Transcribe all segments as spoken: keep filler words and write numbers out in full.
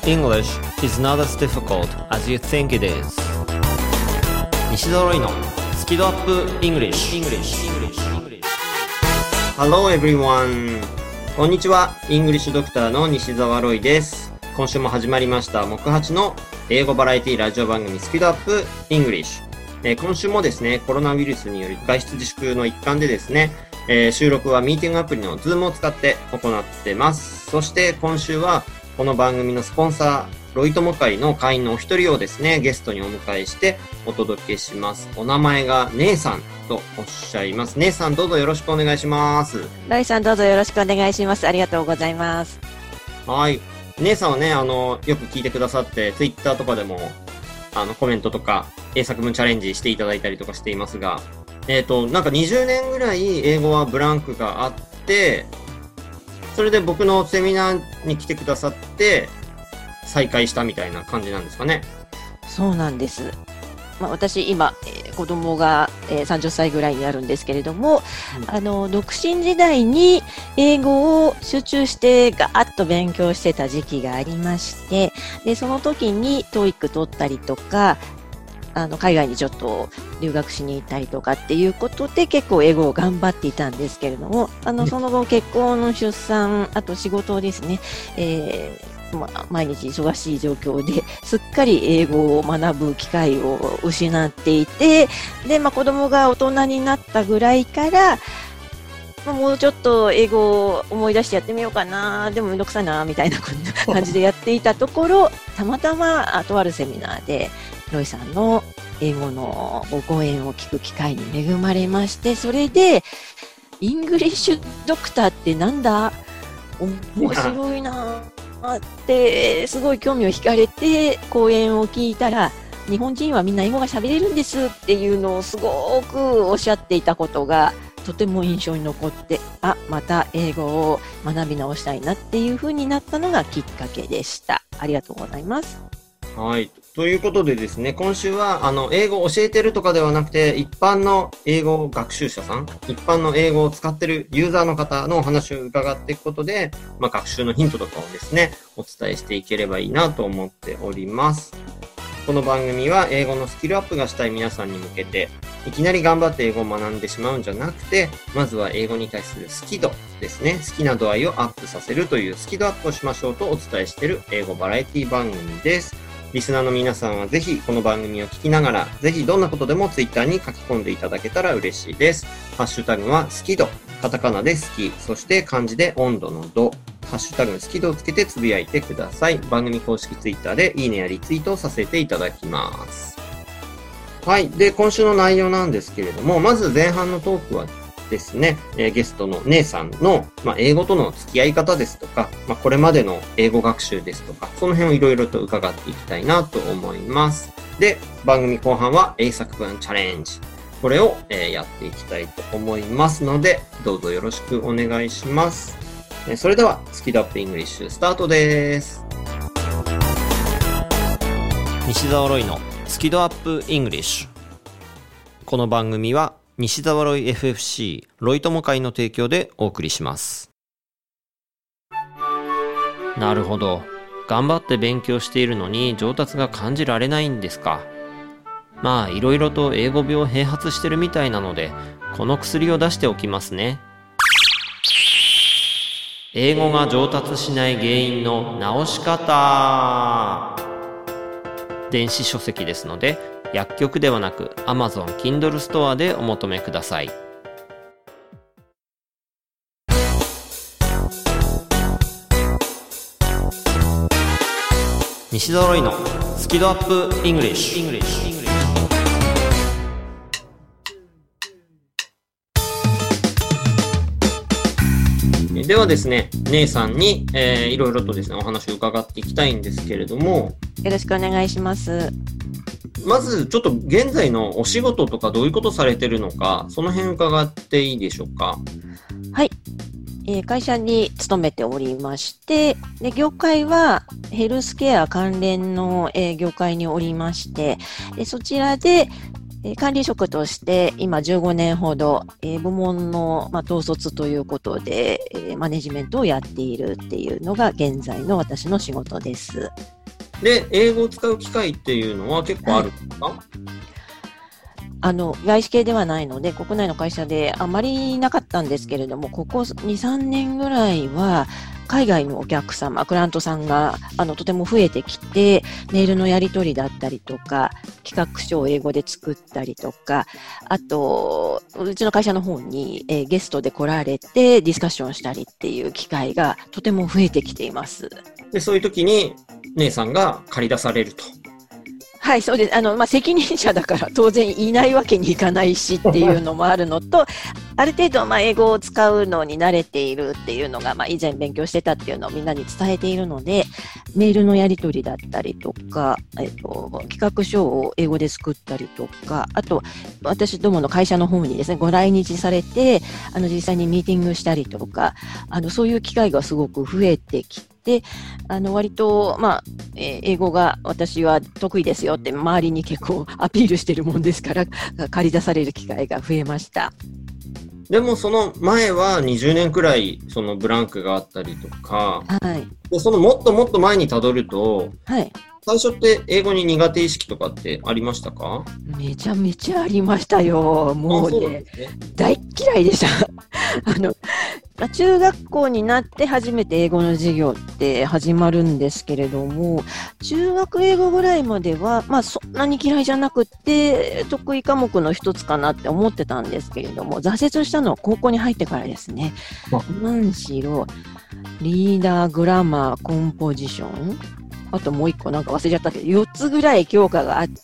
English is not as difficult as you think it is. 西澤ロイのスキドアップ English. Hello everyone. こんにちは。イングリッシュドクターの西澤ロイです。今週も始まりました木八の英語バラエティラジオ番組スキドアップ English。えー、今週もですね、コロナウイルスによる外出自粛の一環でですね、えー、収録はミーティングアプリの Zoom を使って行ってます。そして今週はこの番組のスポンサー、ロイ友会の会員のお一人をですね、ゲストにお迎えしてお届けします。お名前が姉さんとおっしゃいます。姉さんどうぞよろしくお願いします。 ロイさんどうぞよろしくお願いします。ありがとうございます。 はい。姉さんはね、あの、よく聞いてくださって、Twitter とかでも、あの、コメントとか、英作文チャレンジしていただいたりとかしていますが、えっと、なんかにじゅうねんぐらい英語はブランクがあって、それで僕のセミナーに来てくださって、再開したみたいな感じなんですかね。 そうなんです。まあ、私今、えー、子供が、えー、さんじゅっさいぐらいになるんですけれども、うん、あの独身時代に英語を集中してガーッと勉強してた時期がありまして、でその時に トーイック 取ったりとか、あの海外にちょっと留学しに行ったりとかっていうことで結構英語を頑張っていたんですけれども、あのその後結婚、出産、あと仕事ですね、えーまあ、毎日忙しい状況ですっかり英語を学ぶ機会を失っていて、で、まあ、子供が大人になったぐらいから、まあ、もうちょっと英語を思い出してやってみようかな、でもめんどくさいなみたいな感じでやっていたところたまたまとあるセミナーでロイさんの英語のご講演を聞く機会に恵まれまして、それでイングリッシュドクターってなんだ、面白いなってすごい興味を惹かれて講演を聞いたら、日本人はみんな英語が喋れるんですっていうのをすごくおっしゃっていたことがとても印象に残って、あ、また英語を学び直したいなっていう風になったのがきっかけでした。ありがとうございます。 はい。ということでですね、今週は、あの、英語を教えてるとかではなくて、一般の英語学習者さん、一般の英語を使ってるユーザーの方のお話を伺っていくことで、まあ、学習のヒントとかをですね、お伝えしていければいいなと思っております。この番組は英語のスキルアップがしたい皆さんに向けて、いきなり頑張って英語を学んでしまうんじゃなくて、まずは英語に対する好き度ですね、好きな度合いをアップさせるというスキルアップをしましょうとお伝えしている英語バラエティ番組です。リスナーの皆さんはぜひこの番組を聞きながら、ぜひどんなことでもツイッターに書き込んでいただけたら嬉しいです。ハッシュタグは好き度、カタカナで好き、そして漢字で温度の度、ハッシュタグ好き度をつけてつぶやいてください。番組公式ツイッターでいいねやリツイートをさせていただきます。はい。で、今週の内容なんですけれども、まず前半のトークはですね、えー、ゲストの姉さんの、まあ、英語との付き合い方ですとか、まあ、これまでの英語学習ですとか、その辺をいろいろと伺っていきたいなと思います。で、番組後半は英作文チャレンジ。これを、えー、やっていきたいと思いますので、どうぞよろしくお願いします。えー、それでは、スキドアップイングリッシュスタートです。西澤ロイのスキドアップイングリッシュ。この番組は、西澤ロイ エフエフシー ロイ友会の提供でお送りします。なるほど。頑張って勉強しているのに上達が感じられないんですか。まあいろいろと英語病併発してるみたいなので、この薬を出しておきますね。英語が上達しない原因の直し方。電子書籍ですので、薬局ではなく Amazon Kindle ストアでお求めください。西澤ロイのスキドアップイングリッシュ。ではですね、姉さんに、えー、いろいろとですね、お話を伺っていきたいんですけれども、 よろしくお願いします。 まずちょっと現在のお仕事とかどういうことされてるのか、その辺伺っていいでしょうか。 はい、えー、会社に勤めておりまして、で業界はヘルスケア関連の、えー、業界におりまして、でそちらで管理職として今じゅうごねんほど、えー、部門の、まあ、統率ということで、えー、マネジメントをやっているっていうのが現在の私の仕事です。 で、英語を使う機会っていうのは結構あるんですか？はい、 あの外資系ではないので国内の会社であまりなかったんですけれども、ここに、さんねんぐらいは海外のお客様、クライアントさんがあのとても増えてきて、メールのやり取りだったりとか、企画書を英語で作ったりとか、あと、うちの会社の方に、えー、ゲストで来られてディスカッションしたりっていう機会がとても増えてきています。 で、そういう時に姉さんが借り出されると。 はい、そうです。あの、まあ、責任者だから当然いないわけにいかないしっていうのもあるのと、ある程度、まあ、英語を使うのに慣れているっていうのが、まあ、以前勉強してたっていうのをみんなに伝えているので、メールのやり取りだったりとか、えっと、企画書を英語で作ったりとか、あと、私どもの会社の方にですね、ご来日されて、あの、実際にミーティングしたりとか、あの、そういう機会がすごく増えてきて、で、あの割と、まあえー、英語が私は得意ですよって周りに結構アピールしてるもんですから、借り出される機会が増えました。 でもその前はにじゅうねんくらいそのブランクがあったりとか、 はい、 でそのもっともっと前にたどると、 はい、 最初って英語に苦手意識とかってありましたか？ めちゃめちゃありましたよ。もうね、ね大嫌いでした。あの中学校になって初めて英語の授業って始まるんですけれども、中学英語ぐらいまでは、まあそんなに嫌いじゃなくて、得意科目の一つかなって思ってたんですけれども、挫折したのは高校に入ってからですね。何しろ、リーダー、グラマー、コンポジション、あともう一個なんか忘れちゃったけど、よっつぐらい教科があって、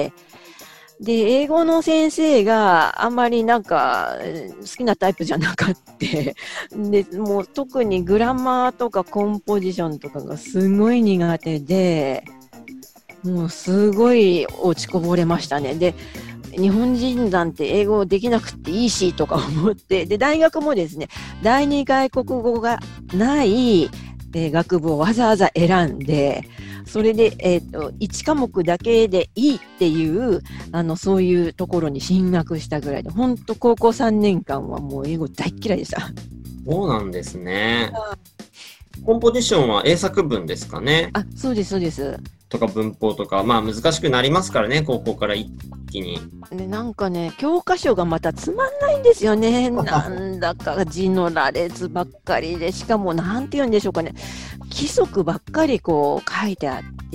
で、英語の先生があんまりなんか好きなタイプじゃなかった。で、もう特にグラマーとかコンポジションとかがすごい苦手で、もうすごい落ちこぼれましたね。で、日本人なんて英語できなくていいしとか思って、で、大学もですね、第二外国語がない、えー、学部をわざわざ選んで、それで、えーと、いち科目だけでいいっていうあのそういうところに進学したぐらいで、本当高校さんねんかんはもう英語大嫌いでした。 そうなんですね。コンポジションは英作文ですかね。 あ、そうですそうです。 とか文法とか、まあ難しくなりますからね、高校から一気に。 でなんかね、教科書がまたつまんないんですよね。なんだか字の羅列ばっかりで、しかもなんて言うんでしょうかね、規則ばっかりこう書いてあって、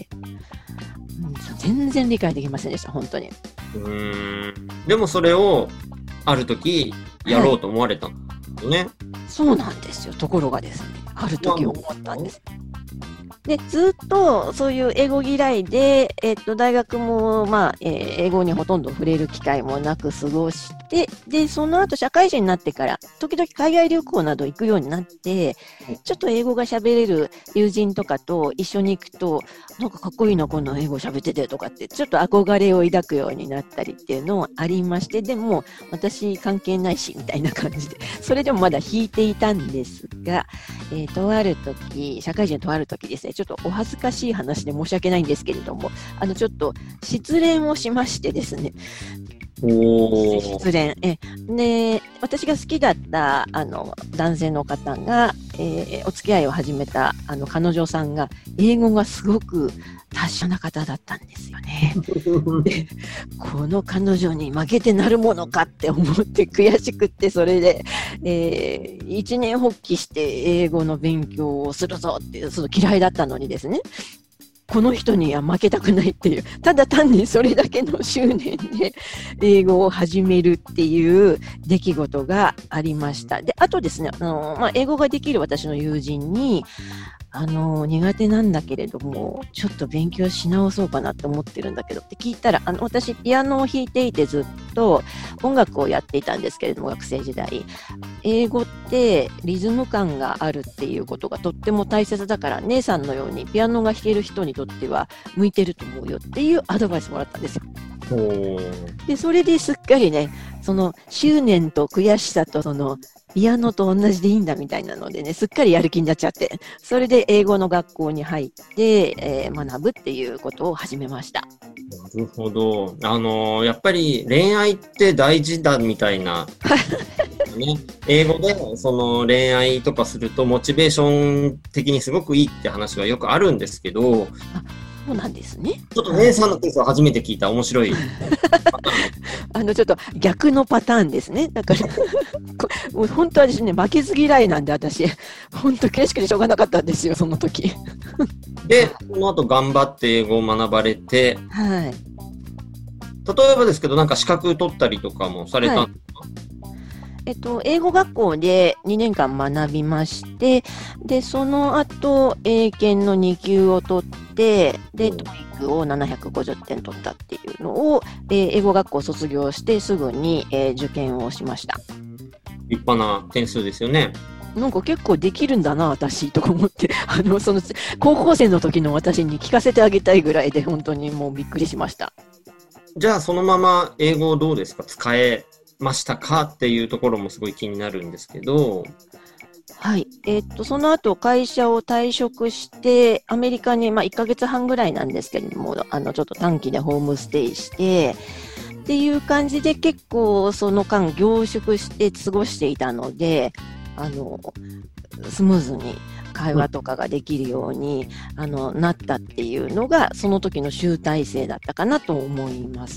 うん、全然理解できませんでした、本当に。 うーん。でもそれをある時やろうと思われたんですよね。はい、 そうなんですよ。ところがですね、ある時思ったんです。でずっとそういう英語嫌いで、えっと、大学も、まあえー、英語にほとんど触れる機会もなく過ごして、でその後社会人になってから時々海外旅行など行くようになって、ちょっと英語が喋れる友人とかと一緒に行くと、なんかかっこいいな、こんな英語喋っててとかって、ちょっと憧れを抱くようになったりっていうのもありまして、でも私関係ないしみたいな感じで、それでもまだ弾いていたんですが、えー、とある時、社会人のとある時ですね、ちょっとお恥ずかしい話で申し訳ないんですけれども、あのちょっと失恋をしましてですね。 お失恋。えで、私が好きだったあの男性の方が、えー、お付き合いを始めたあの彼女さんが英語がすごく達者な方だったんですよね。で、この彼女に負けてなるものかって思って悔しくって、それで、えー、一年発起して英語の勉強をするぞって、その嫌いだったのにですね、この人には負けたくないっていう、ただ単にそれだけの執念で英語を始めるっていう出来事がありました。で、あとですね、あの、まあ、英語ができる私の友人に、あの、苦手なんだけれども、ちょっと勉強し直そうかなって思ってるんだけどって聞いたら、あの、私、ピアノを弾いていてずっと音楽をやっていたんですけれども、学生時代。英語ってリズム感があるっていうことがとっても大切だから、姉さんのようにピアノが弾ける人にとっては向いてると思うよっていうアドバイスもらったんですよ。で、それですっかりね、その執念と悔しさとそのピアノと同じでいいんだみたいなのでね、すっかりやる気になっちゃって、それで英語の学校に入って、えー、学ぶっていうことを始めました。 なるほど。あのー、やっぱり恋愛って大事だみたいなよね。英語でその恋愛とかするとモチベーション的にすごくいいって話はよくあるんですけど、 あ、そうなんですね。 ちょっと姉さんのケースは初めて聞いた面白いあのちょっと逆のパターンですね。だからもう本当はですね、負けず嫌いなんで私、本当悔しくてしょうがなかったんですよ、その時。 で、その後頑張って英語を学ばれて、 はい。 例えばですけど、なんか資格取ったりとかもされたんですか？ えっと、英語学校でにねんかん学びまして、で、その後、英検のに級を取って、で、 うんトイックをななひゃくごじゅってん取ったっていうのを、えー英語学校を卒業してすぐに、えー受験をしました。 立派な点数ですよね。 なんか結構できるんだな、私、とか思って、あの、その、高校生の時の私に聞かせてあげたいぐらいで、本当にもうびっくりしました。 じゃあそのまま英語をどうですか？使えましたかっていうところもすごい気になるんですけど。 はい。えっと、その後会社を退職して、アメリカに、まあ、いっかげつはんぐらいなんですけれども、あの、ちょっと短期でホームステイして、っていう感じで結構その間凝縮して過ごしていたので、あの、スムーズに会話とかができるように、あの、なったっていうのが、その時の集大成だったかなと思います。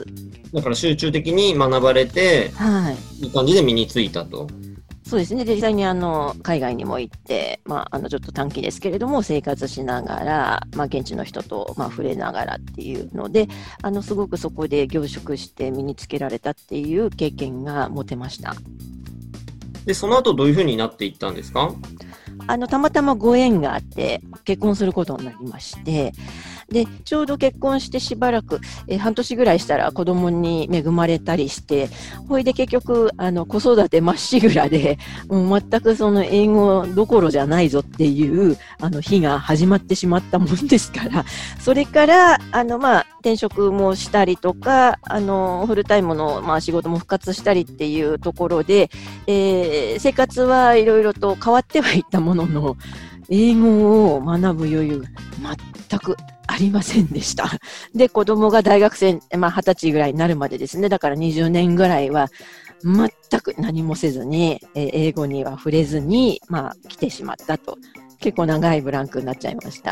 だから集中的に学ばれて、 はい。 いい感じで身についたと。 そうですね。で実際にあの海外にも行って、まあ、あのちょっと短期ですけれども生活しながら、まあ、現地の人とまあ触れながらっていうので、あのすごくそこで凝縮して身につけられたっていう経験が持てました。 で、その後どういうふうになっていったんですか？ あのたまたまご縁があって結婚することになりまして、でちょうど結婚してしばらく、えー半年ぐらいしたら子供に恵まれたりして、ほいで結局あの子育てまっしぐらで、もう全くその英語どころじゃないぞっていうあの日が始まってしまったもんですから、それからあのまあ転職もしたりとか、あのフルタイムのまあ仕事も復活したりっていうところで、えー生活はいろいろと変わってはいったものの、英語を学ぶ余裕全くありませんでした。で、子供が大学生、まあ、はたちぐらいになるまでですね、だからにじゅうねんぐらいは全く何もせずに、えー英語には触れずに、まあ、来てしまったと。結構長いブランクになっちゃいました。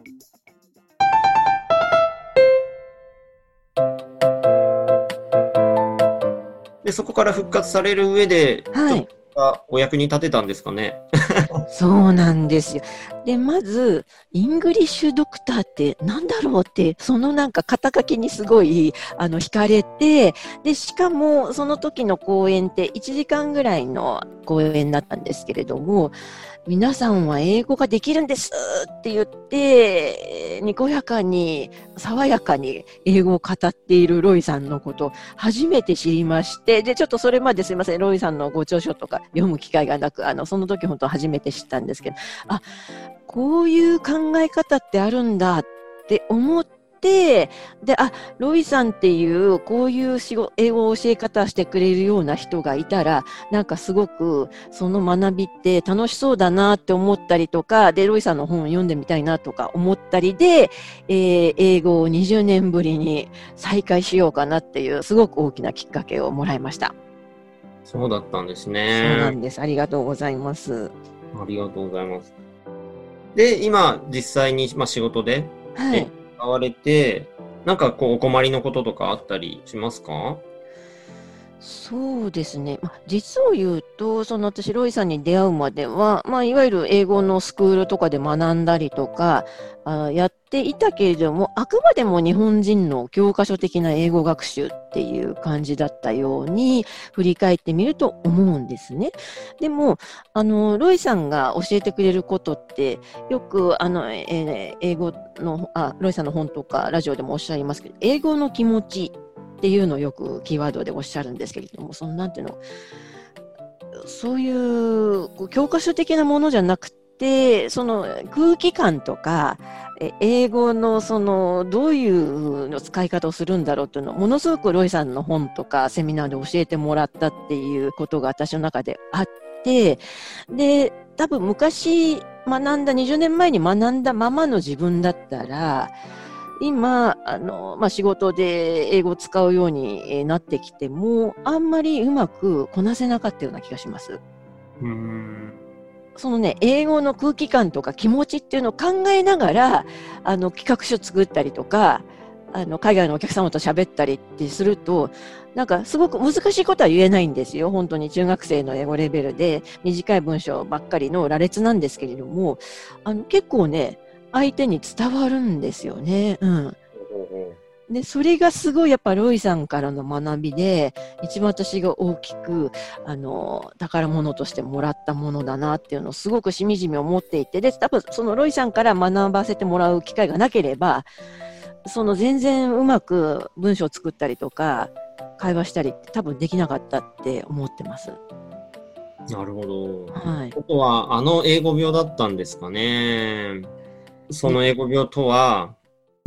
で、そこから復活される上で、 はい。 ちょっとお役に立てたんですかね？ そうなんですよ。で、まず、イングリッシュドクターってなんだろうって、そのなんか肩書きにすごい、あの、惹かれて、で、しかも、その時の講演っていちじかんぐらいの講演だったんですけれども、皆さんは英語ができるんですって言って、にこやかに、爽やかに英語を語っているロイさんのことを初めて知りまして、で、ちょっとそれまですいません、ロイさんのご著書とか読む機会がなく、あの、その時本当初めて知ったんですけど、あ、こういう考え方ってあるんだって思って、で、あ、ロイさんっていう、こういう仕事、英語を教え方してくれるような人がいたら、なんかすごく、その学びって楽しそうだなって思ったりとか、で、ロイさんの本を読んでみたいなとか思ったりで、えー英語をにじゅうねんぶりに再開しようかなっていう、すごく大きなきっかけをもらいました。 そうだったんですそうなね。 んです。ありがとうございます。 ありがとうございます。で、今、実際に、まあ、仕事で、え、 はい。 使われて、なんかこう、お困りのこととかあったりしますか？ そうですね。まあ、実を言うと、その私、ロイさんに出会うまでは、まあ、いわゆる英語のスクールとかで学んだりとか、あ、やっていたけれども、あくまでも日本人の教科書的な英語学習っていう感じだったように、振り返ってみると思うんですね。でも、あの、ロイさんが教えてくれることって、よく、あの、えー英語の、あ、ロイさんの本とかラジオでもおっしゃいますけど、英語の気持ちっていうのをよくキーワードでおっしゃるんですけれども、そのなんていうの、そういうこう教科書的なものじゃなくて、その空気感とか、え英語のそのどういうの使い方をするんだろうっていうのをものすごくロイさんの本とかセミナーで教えてもらったっていうことが私の中であって、で、多分昔学んだ、にじゅうねんまえに学んだままの自分だったら、 今、あの、まあ、仕事で英語を使うようになってきても、あんまりうまくこなせなかったような気がします。 うーん。 そのね、英語の空気感とか気持ちっていうのを考えながら、あの、企画書作ったりとか、あの、海外のお客様と喋ったりってすると、なんかすごく難しいことは言えないんですよ。本当に中学生の英語レベルで短い文章ばっかりの羅列なんですけれども、あの、結構ね、相手に伝わるんですよね。うん。で、それがすごいやっぱロイさんからの学びで、一番私が大きく、あの、宝物としてもらったものだなっていうのをすごくしみじみ思っていて、で、多分そのロイさんから学ばせてもらう機会がなければ、その全然うまく文章を作ったりとか、会話したりって多分できなかったって思ってます。 なるほど。 はい。 ここはあの英語病だったんですかね。その英語病とは、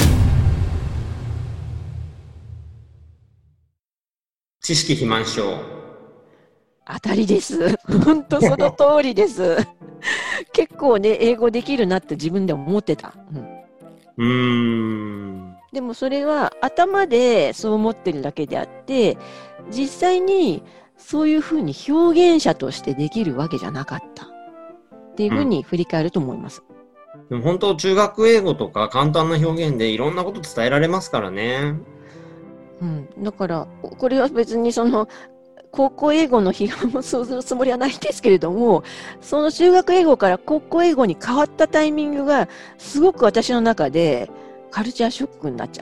知識肥満症。 当たりです。本当その通りです。結構ね、英語できるなって自分で思ってた。 うん、うーん。 でもそれは頭でそう思ってるだけであって、実際にそういうふうに表現者としてできるわけじゃなかったっていうふうに振り返ると思います。 うん、でも本当中学英語とか簡単な表現でいろんなこと伝えられますからね。 うん、だからこれは別にその高校英語の批判をするつもりはないんですけれども、その中学英語から高校英語に変わったタイミングがすごく私の中でカルチャーショックになっちゃって、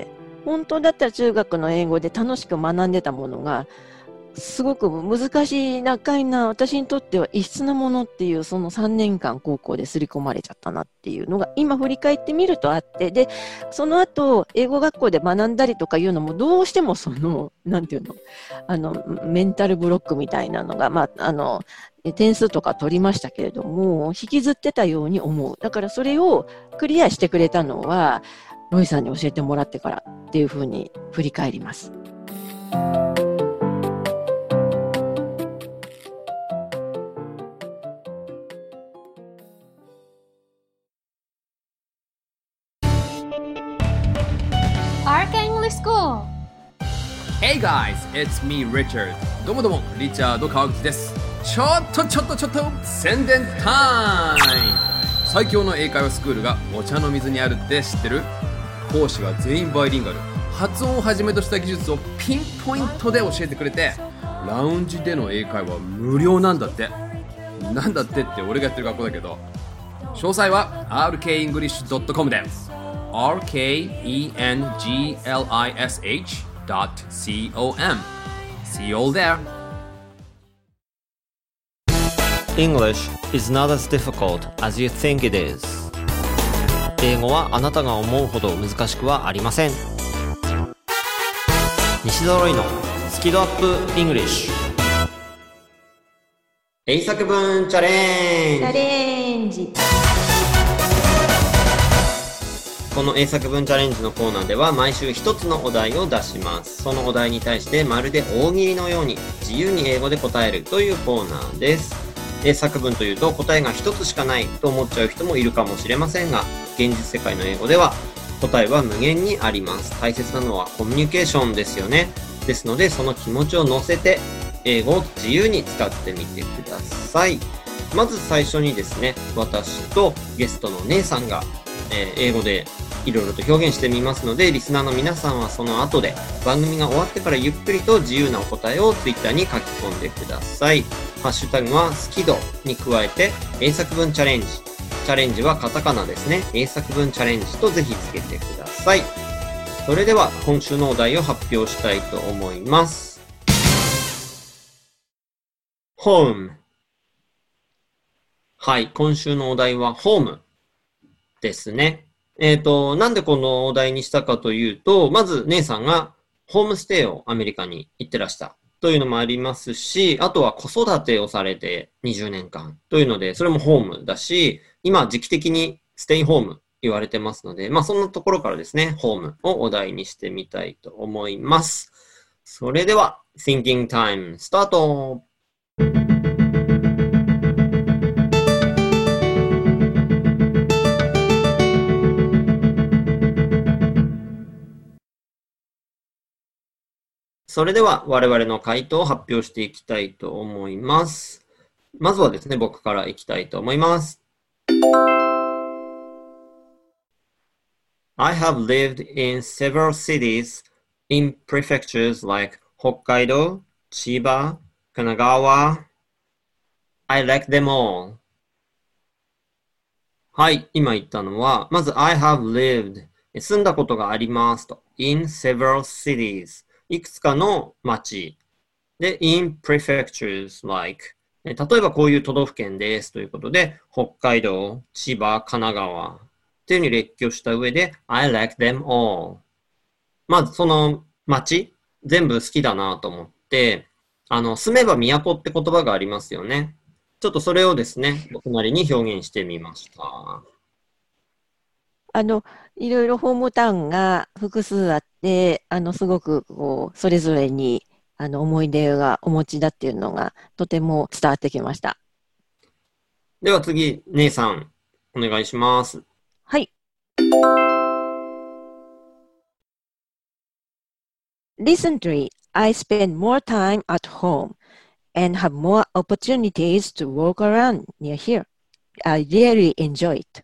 本当だったら中学の英語で楽しく学んでたものがすごく難しい長いな、私にとっては異質なものっていう、そのさんねんかん高校で刷り込まれちゃったなっていうのが今振り返ってみるとあって、でその後英語学校で学んだりとかいうのもどうしてもそのなんていうのあのメンタルブロックみたいなのが、まあ、あの点数とか取りましたけれども引きずってたように思う。だからそれをクリアしてくれたのはロイさんに教えてもらってからっていうふうに振り返ります。 Hey guys, it's me Richard. どうもどうも、リチャード川口です。ちょっとちょっとちょっと宣伝タイム。最強の英会話スクールがお茶の水にあるって知ってる？講師が全員バイリンガル、発音をはじめとした技術をピンポイントで教えてくれて、ラウンジでの英会話無料なんだって。なんだってって俺がやってる学校だけど、詳細は アールケーイングリッシュドットコム で アールケーイーエヌジーエルアイエスエイチドットコム See you all there. English is not as difficult as you think it is. 英語はあなたが思うほど難しくはありません。西揃いのスキドアップ English。英作文チャレンジ。 チャレンジ。 この英作文チャレンジのコーナーでは毎週一つのお題を出します。そのお題に対してまるで大喜利のように自由に英語で答えるというコーナーです。英作文というと答えが一つしかないと思っちゃう人もいるかもしれませんが、現実世界の英語では答えは無限にあります。大切なのはコミュニケーションですよね。ですのでその気持ちを乗せて英語を自由に使ってみてください。まず最初にですね、私とゲストの姉さんが、えー、英語でいろいろと表現してみますので、リスナーの皆さんはその後で番組が終わってからゆっくりと自由なお答えをツイッターに書き込んでください。ハッシュタグはスキドに加えて英作文チャレンジ。チャレンジはカタカナですね。英作文チャレンジとぜひつけてください。それでは今週のお題を発表したいと思います。Home。はい、今週のお題は Home ですね。えっと、なんでこのお題にしたかというと、まず姉さんがホームステイをアメリカに行ってらしたというのもありますし、あとは子育てをされてにじゅうねんかんというので、それもホームだし、今時期的にステイホーム言われてますので、まあそんなところからですね、ホームをお題にしてみたいと思います。それでは、Thinking Time スタート。 それでは我々の回答を発表していきたいと思います。まずはですね、僕からいきたいと思います。I have lived in several cities in prefectures like Hokkaido, Chiba, Kanagawa. I like them all. はい、今言ったのは、まず I have lived 住んだことがありますと in several cities いくつかの町で in prefectures like 例えばこういう都道府県ですということで北海道、千葉、神奈川っていうふうに列挙した上で I like them all まずその町全部好きだなと思ってあの住めば都って言葉がありますよね。ちょっとそれをですね、僕なりに表現してみました。 あの、いろいろホームタウンが複数あって、あの、すごくこう、それぞれにあの思い出がお持ちだっていうのがとても伝わってきました。 では次、姉さん、お願いします。 はい。Recently, I spend more time at home and have more opportunities to walk around near here. I really enjoy it.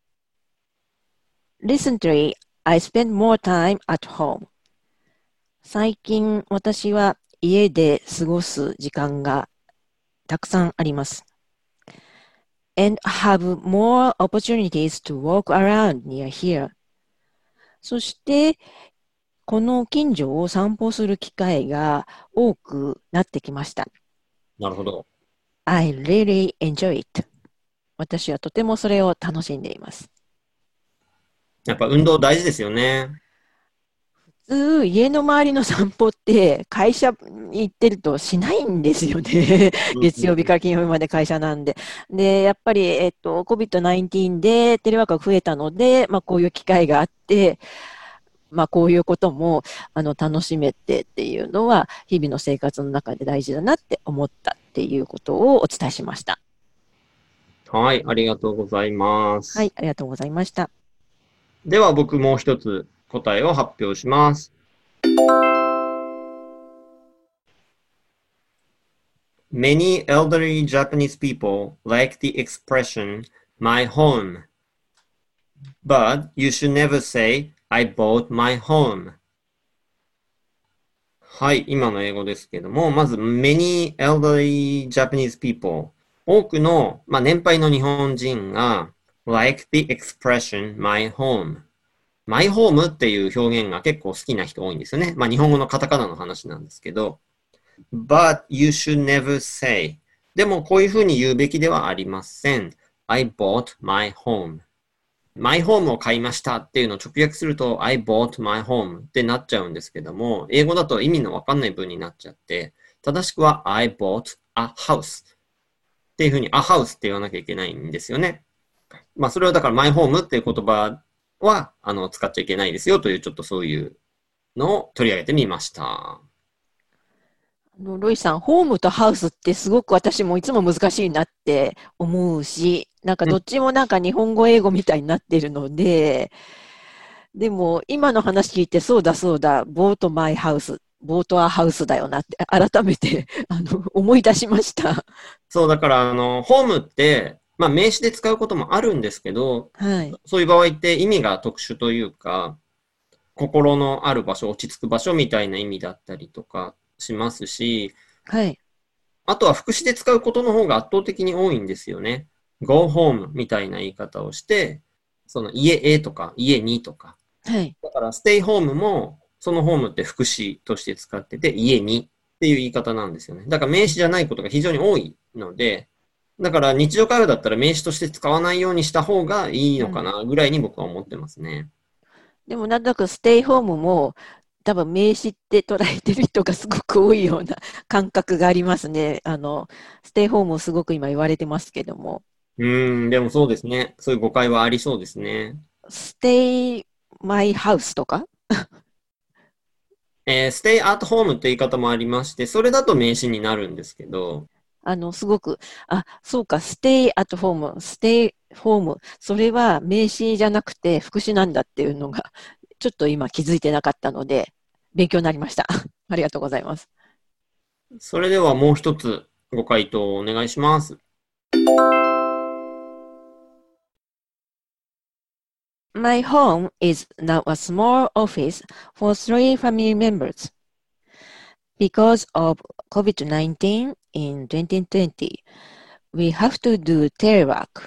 Recently, I spend more time at home. 最近、私は家で過ごす時間がたくさんあります。And have more opportunities to walk around near here. そして、この近所を散歩する機会が多くなってきました。 なるほど。 I really enjoy it. 私はとてもそれを楽しんでいます。 やっぱ運動大事ですよね。 普通、家の周りの散歩って会社に行ってるとしないんですよね。月曜日から金曜日まで会社なんで。で、やっぱり、えっと、コビッドナインティーン でテレワークが増えたので、まあ、こういう機会があって、まあ、こういうこともあの楽しめてっていうのは日々の生活の中で大事だなって思ったっていうことをお伝えしました。 はい、ありがとうございます。 はい、ありがとうございました。 では僕もう一つ答えを発表します。Many elderly Japanese people like the expression my home, but you should never say I bought my home. はい、今の英語ですけども、まず many elderly Japanese people 多くの、まあ、年配の日本人が like the expression my home my home っていう表現が結構好きな人多いんですよね。まあ日本語のカタカナの話なんですけど but you should never say でもこういうふうに言うべきではありません。I bought my homeマイホームを買いましたっていうのを直訳すると I bought my home ってなっちゃうんですけども、英語だと意味のわかんない文になっちゃって、正しくは I bought a house っていうふうに a house って言わなきゃいけないんですよね。まあそれはだからマイホームっていう言葉はあの使っちゃいけないですよというちょっとそういうのを取り上げてみました。 ロイさん、ホームとハウスってすごく私もいつも難しいなって思うし、なんかどっちもなんか日本語英語みたいになってるので、うん、でも今の話聞いてそうだそうだ、ボートマイハウス、ボートアハウスだよなって改めてあの思い出しました。 そうだからあのホームって、まあ、名詞で使うこともあるんですけど、 はい、 そういう場合って意味が特殊というか、心のある場所、落ち着く場所みたいな意味だったりとかしますし、 はい、 あとは副詞で使うことの方が圧倒的に多いんですよね。go home みたいな言い方をして、その家へとか家にとか。 はい、 だから stay home もそのホームって副詞として使ってて家にっていう言い方なんですよね。だから名詞じゃないことが非常に多いので、だから日常会話だったら名詞として使わないようにした方がいいのかなぐらいに僕は思ってますね。 うん、でもなんとなくステイホームも多分名詞って捉えてる人がすごく多いような感覚がありますね。あの、ステイホームをすごく今言われてますけども。 うーん、でもそうですね。そういう誤解はありそうですね。 stay my house とかえー、stay at home って言い方もありまして、それだと名詞になるんですけど。 あの、すごく、あ、そうか、stay at home, stay home、それは名詞じゃなくて副詞なんだっていうのが、ちょっと今気づいてなかったので、勉強になりました。 ありがとうございます。 それではもう一つご回答お願いします。 My home is now a small office for three family members. Because of COVID nineteen in twenty twenty, we have to do telework.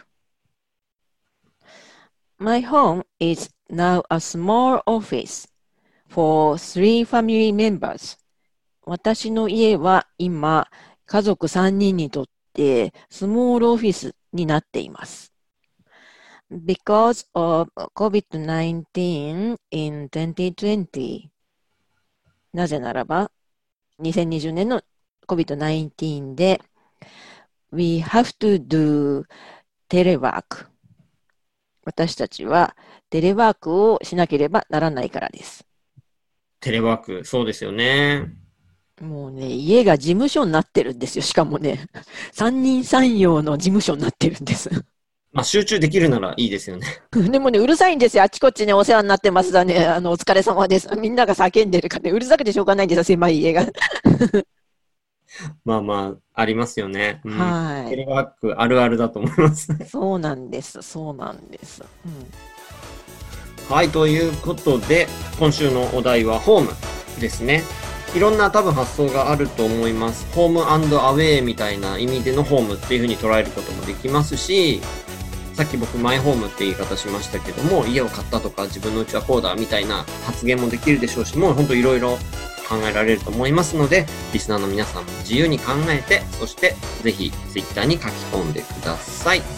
My home is now a small office for three family members. 私の家は今、家族さんにんにとってスモールオフィスになっています。Because of COVID nineteen in twenty twenty. なぜならば、にせんにじゅうねんの コビッドナインティーン で We have to do telework. 私たちはテレワークをしなければならないからです。 テレワーク、そうですよね。 もうね、家が事務所になってるんですよ。しかもね、三人三様の事務所になってるんです。 まあ集中できるならいいですよね。 でもね、うるさいんですよ。あちこちね、お世話になってますだね。あの、お疲れ様です。みんなが叫んでるからね、うるさくてしょうがないんですよ、狭い家が。 まあまあ、ありますよね。うん、 はい。 テレワークあるあるだと思います。 そうなんです。そうなんです。 うん、はい、ということで、今週のお題はホームですね。いろんな多分発想があると思います。ホーム&アウェイみたいな意味でのホームっていう風に捉えることもできますし、さっき僕マイホームって言い方しましたけども、家を買ったとか自分の家はこうだみたいな発言もできるでしょうし、もうほんといろいろ考えられると思いますので、リスナーの皆さんも自由に考えて、そしてぜひ Twitter に書き込んでください。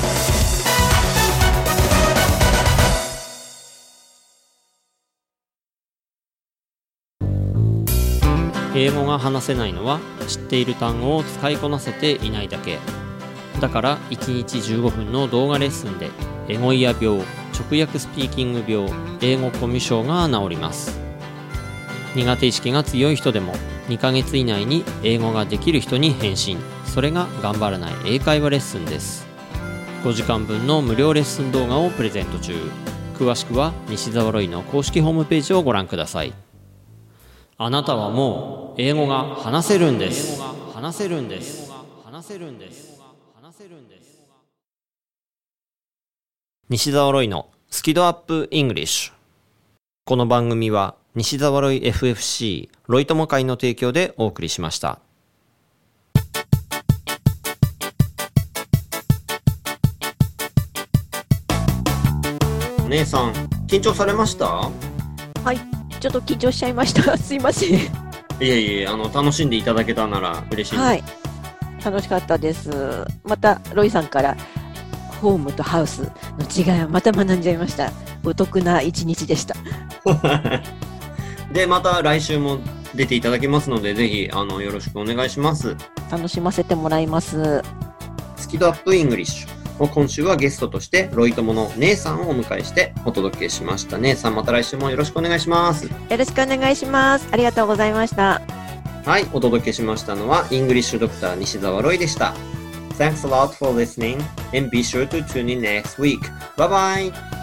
英語が話せないのは知っている単語を使いこなせていないだけ。だからいちにちじゅうごふんの動画レッスンでエゴイヤ病、直訳スピーキング病、英語コミュ障が治ります。苦手意識が強い人でもにかげつ以内に英語ができる人に変身。それが頑張らない英会話レッスンです。ごじかんぶんの無料レッスン動画をプレゼント中。詳しくは西澤ロイの公式ホームページをご覧ください。あなたはもう英語が話せるんです。話せるんです。話せるんです。話せるんです。西澤ロイのスキドアップイングリッシュ。この番組は西澤ロイ エフエフシー ロイ友会の提供でお送りしました。 お姉さん、緊張されました？ はい、ちょっと緊張しちゃいました。すいません。いえいえ、あの楽しんでいただけたなら嬉しいです。 はい、楽しかったです。またロイさんからホームとハウスの違いをまた学んじゃいました。お得な一日でした。 で、また来週も出ていただきますので、ぜひあのよろしくお願いします。 楽しませてもらいます。 スキドアップイングリッシュを今週はゲストとしてロイ友の姉さんをお迎えしてお届けしました。姉さん、また来週もよろしくお願いします。 よろしくお願いします。ありがとうございました。 はい、お届けしましたのはイングリッシュドクター西澤ロイでした。Thanks a lot for listening and be sure to tune in next week. Bye bye!